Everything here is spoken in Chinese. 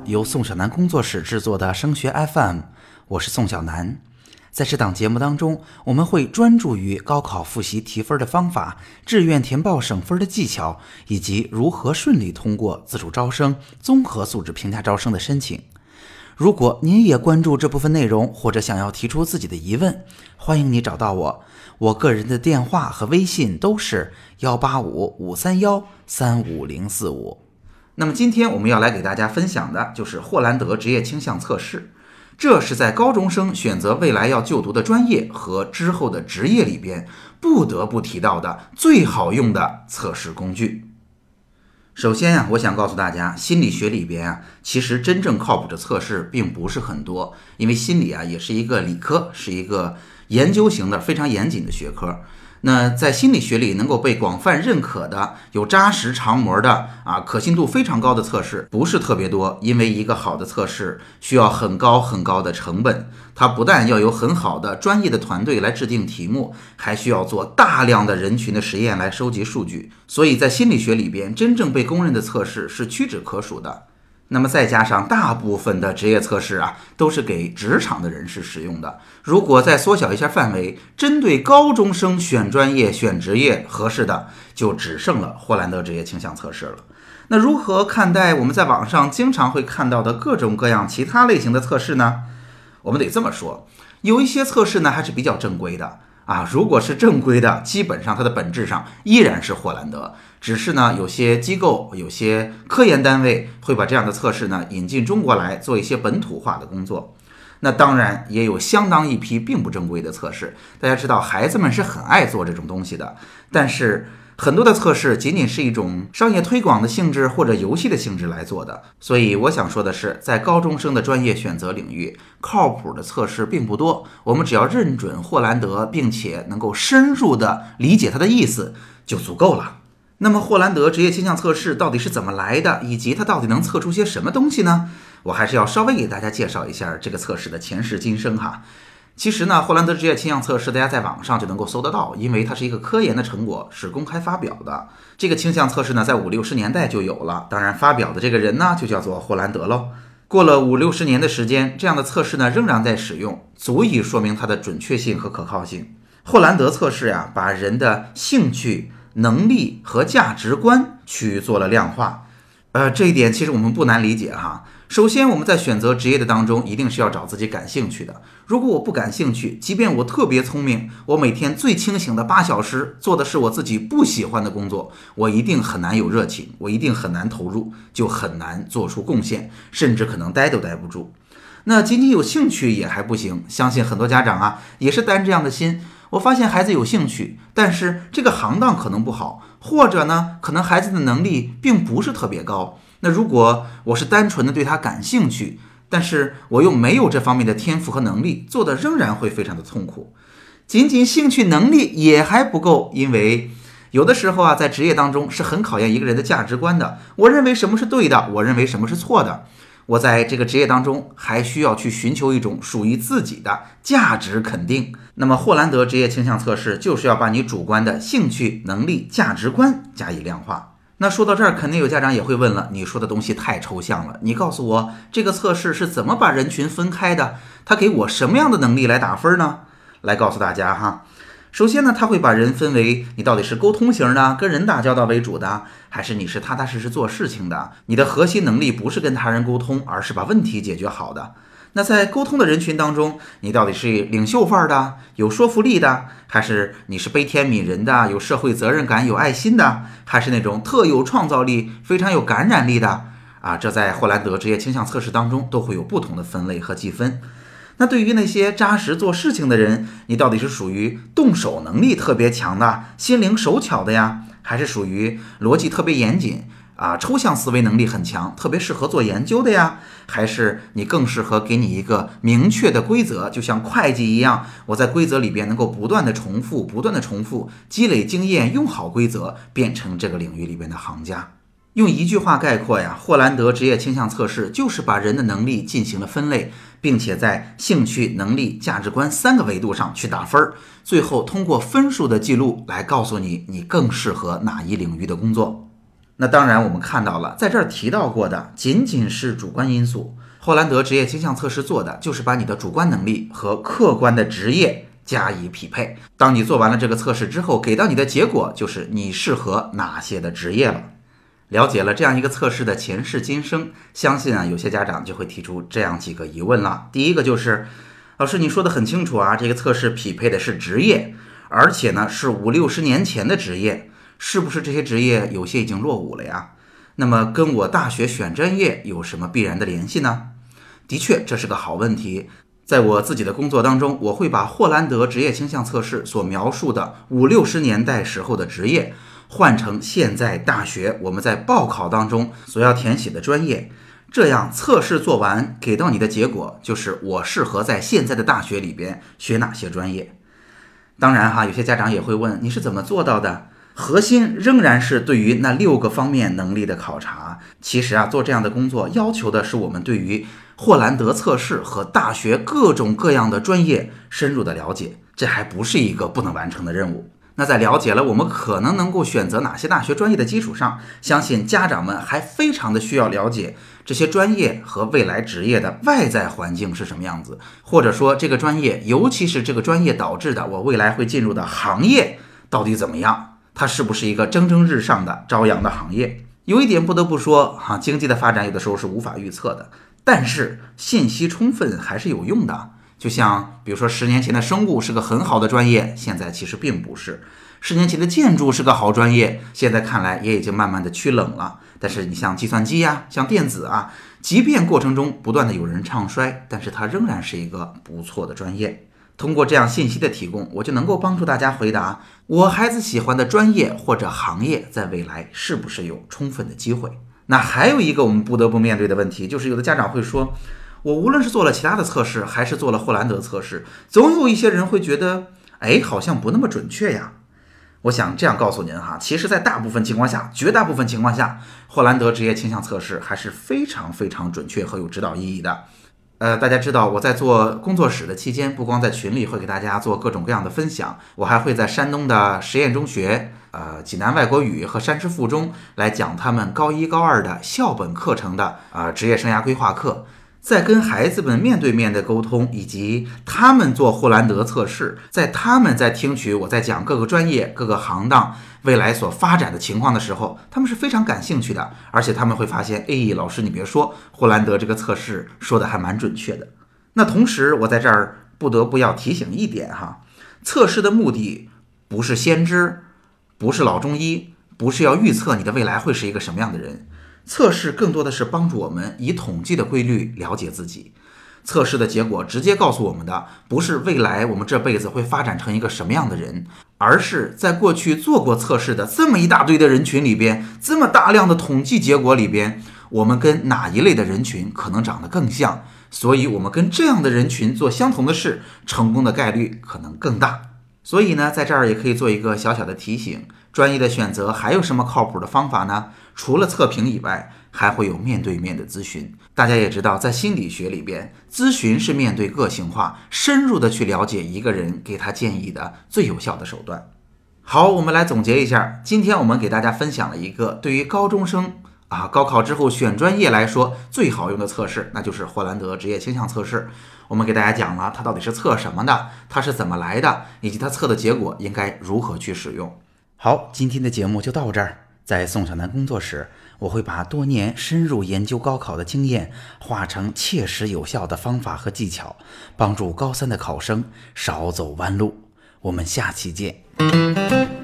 由宋小南工作室制作的升学 FM， 我是宋小南。在这档节目当中，我们会专注于高考复习提分的方法、志愿填报省分的技巧，以及如何顺利通过自主招生、综合素质评价招生的申请。如果您也关注这部分内容，或者想要提出自己的疑问，欢迎你找到我。我个人的电话和微信都是185-531-35045。那么今天我们要来给大家分享的就是霍兰德职业倾向测试，这是在高中生选择未来要就读的专业和之后的职业里边不得不提到的最好用的测试工具。首先我想告诉大家，心理学里边其实真正靠谱的测试并不是很多，因为心理也是一个理科，是一个研究型的非常严谨的学科。那在心理学里能够被广泛认可的、有扎实常模的可信度非常高的测试不是特别多，因为一个好的测试需要很高很高的成本，它不但要有很好的专业的团队来制定题目，还需要做大量的人群的实验来收集数据，所以在心理学里边真正被公认的测试是屈指可数的。那么再加上大部分的职业测试都是给职场的人士使用的，如果再缩小一下范围，针对高中生选专业选职业合适的就只剩了霍兰德职业倾向测试了。那如何看待我们在网上经常会看到的各种各样其他类型的测试呢？我们得这么说，有一些测试呢还是比较正规的如果是正规的，基本上它的本质上依然是霍兰德，只是呢有些机构、有些科研单位会把这样的测试呢引进中国来做一些本土化的工作。那当然也有相当一批并不正规的测试，大家知道孩子们是很爱做这种东西的，但是很多的测试仅仅是一种商业推广的性质或者游戏的性质来做的，所以我想说的是，在高中生的专业选择领域，靠谱的测试并不多，我们只要认准霍兰德，并且能够深入的理解它的意思就足够了。那么霍兰德职业倾向测试到底是怎么来的，以及它到底能测出些什么东西呢？我还是要稍微给大家介绍一下这个测试的前世今生其实呢，霍兰德职业倾向测试大家在网上就能够搜得到，因为它是一个科研的成果，是公开发表的。这个倾向测试呢，在50-60年代就有了，当然发表的这个人呢，就叫做霍兰德喽。过了50-60年的时间，这样的测试呢仍然在使用，足以说明它的准确性和可靠性。霍兰德测试把人的兴趣、能力和价值观去做了量化。这一点其实我们不难理解首先我们在选择职业的当中一定是要找自己感兴趣的，如果我不感兴趣，即便我特别聪明，我每天最清醒的8小时做的是我自己不喜欢的工作，我一定很难有热情，我一定很难投入，就很难做出贡献，甚至可能待都待不住。那仅仅有兴趣也还不行，相信很多家长也是担这样的心，我发现孩子有兴趣，但是这个行当可能不好，或者呢可能孩子的能力并不是特别高。那如果我是单纯的对他感兴趣，但是我又没有这方面的天赋和能力，做的仍然会非常的痛苦。仅仅兴趣能力也还不够，因为有的时候在职业当中是很考验一个人的价值观的。我认为什么是对的，我认为什么是错的，我在这个职业当中还需要去寻求一种属于自己的价值肯定。那么霍兰德职业倾向测试就是要把你主观的兴趣、能力、价值观加以量化。那说到这儿，肯定有家长也会问了，你说的东西太抽象了，你告诉我这个测试是怎么把人群分开的，它给我什么样的能力来打分呢？来告诉大家首先呢，它会把人分为你到底是沟通型的，跟人打交道为主的，还是你是踏踏实实做事情的，你的核心能力不是跟他人沟通，而是把问题解决好的。那在沟通的人群当中，你到底是领袖范儿的，有说服力的，还是你是悲天悯人的，有社会责任感，有爱心的，还是那种特有创造力，非常有感染力的这在霍兰德职业倾向测试当中都会有不同的分类和计分。那对于那些扎实做事情的人，你到底是属于动手能力特别强的，心灵手巧的呀，还是属于逻辑特别严谨抽象思维能力很强，特别适合做研究的呀？还是你更适合给你一个明确的规则，就像会计一样，我在规则里边能够不断的重复，积累经验，用好规则，变成这个领域里边的行家。用一句话概括霍兰德职业倾向测试就是把人的能力进行了分类，并且在兴趣、能力、价值观3个维度上去打分，最后通过分数的记录来告诉你，你更适合哪一领域的工作。 那当然我们看到了，在这儿提到过的仅仅是主观因素，霍兰德职业倾向测试做的就是把你的主观能力和客观的职业加以匹配。当你做完了这个测试之后，给到你的结果就是你适合哪些的职业了。了解了这样一个测试的前世今生，相信有些家长就会提出这样几个疑问了。第一个就是，老师你说的很清楚啊，这个测试匹配的是职业，而且呢是50-60年前的职业，是不是这些职业有些已经落伍了呀？那么跟我大学选专业有什么必然的联系呢？的确，这是个好问题。在我自己的工作当中，我会把霍兰德职业倾向测试所描述的50-60年代时候的职业换成现在大学我们在报考当中所要填写的专业，这样测试做完给到你的结果就是我适合在现在的大学里边学哪些专业。当然有些家长也会问，你是怎么做到的？核心仍然是对于那6个方面能力的考察。其实做这样的工作要求的是我们对于霍兰德测试和大学各种各样的专业深入的了解，这还不是一个不能完成的任务。那在了解了我们可能能够选择哪些大学专业的基础上，相信家长们还非常的需要了解这些专业和未来职业的外在环境是什么样子，或者说这个专业，尤其是这个专业导致的我未来会进入的行业到底怎么样，它是不是一个蒸蒸日上的朝阳的行业。有一点不得不说经济的发展有的时候是无法预测的，但是信息充分还是有用的。就像比如说10年前的生物是个很好的专业，现在其实并不是。10年前的建筑是个好专业，现在看来也已经慢慢的趋冷了。但是你像计算机像电子即便过程中不断的有人唱衰，但是它仍然是一个不错的专业。通过这样信息的提供，我就能够帮助大家回答我孩子喜欢的专业或者行业在未来是不是有充分的机会。那还有一个我们不得不面对的问题，就是有的家长会说，我无论是做了其他的测试还是做了霍兰德测试，总有一些人会觉得好像不那么准确呀。我想这样告诉您其实在大部分情况下，绝大部分情况下，霍兰德职业倾向测试还是非常非常准确和有指导意义的。大家知道我在做工作室的期间，不光在群里会给大家做各种各样的分享，我还会在山东的实验中学、济南外国语和山师附中来讲他们高1高2的校本课程的职业生涯规划课。在跟孩子们面对面的沟通，以及他们做霍兰德测试，他们在听取我在讲各个专业各个行当未来所发展的情况的时候，他们是非常感兴趣的，而且他们会发现老师你别说，霍兰德这个测试说的还蛮准确的。那同时我在这儿不得不要提醒一点测试的目的不是先知，不是老中医，不是要预测你的未来会是一个什么样的人。测试更多的是帮助我们以统计的规律了解自己。测试的结果直接告诉我们的不是未来我们这辈子会发展成一个什么样的人，而是在过去做过测试的这么一大堆的人群里边，这么大量的统计结果里边，我们跟哪一类的人群可能长得更像，所以我们跟这样的人群做相同的事，成功的概率可能更大。所以呢，在这儿也可以做一个小小的提醒，专业的选择还有什么靠谱的方法呢？除了测评以外，还会有面对面的咨询。大家也知道，在心理学里边，咨询是面对个性化，深入的去了解一个人，给他建议的最有效的手段。好，我们来总结一下，今天我们给大家分享了一个对于高中生高考之后选专业来说最好用的测试，那就是霍兰德职业倾向测试。我们给大家讲了它到底是测什么的，它是怎么来的，以及它测的结果应该如何去使用。好，今天的节目就到这儿。在宋小南工作室，我会把多年深入研究高考的经验化成切实有效的方法和技巧，帮助高3的考生少走弯路。我们下期见。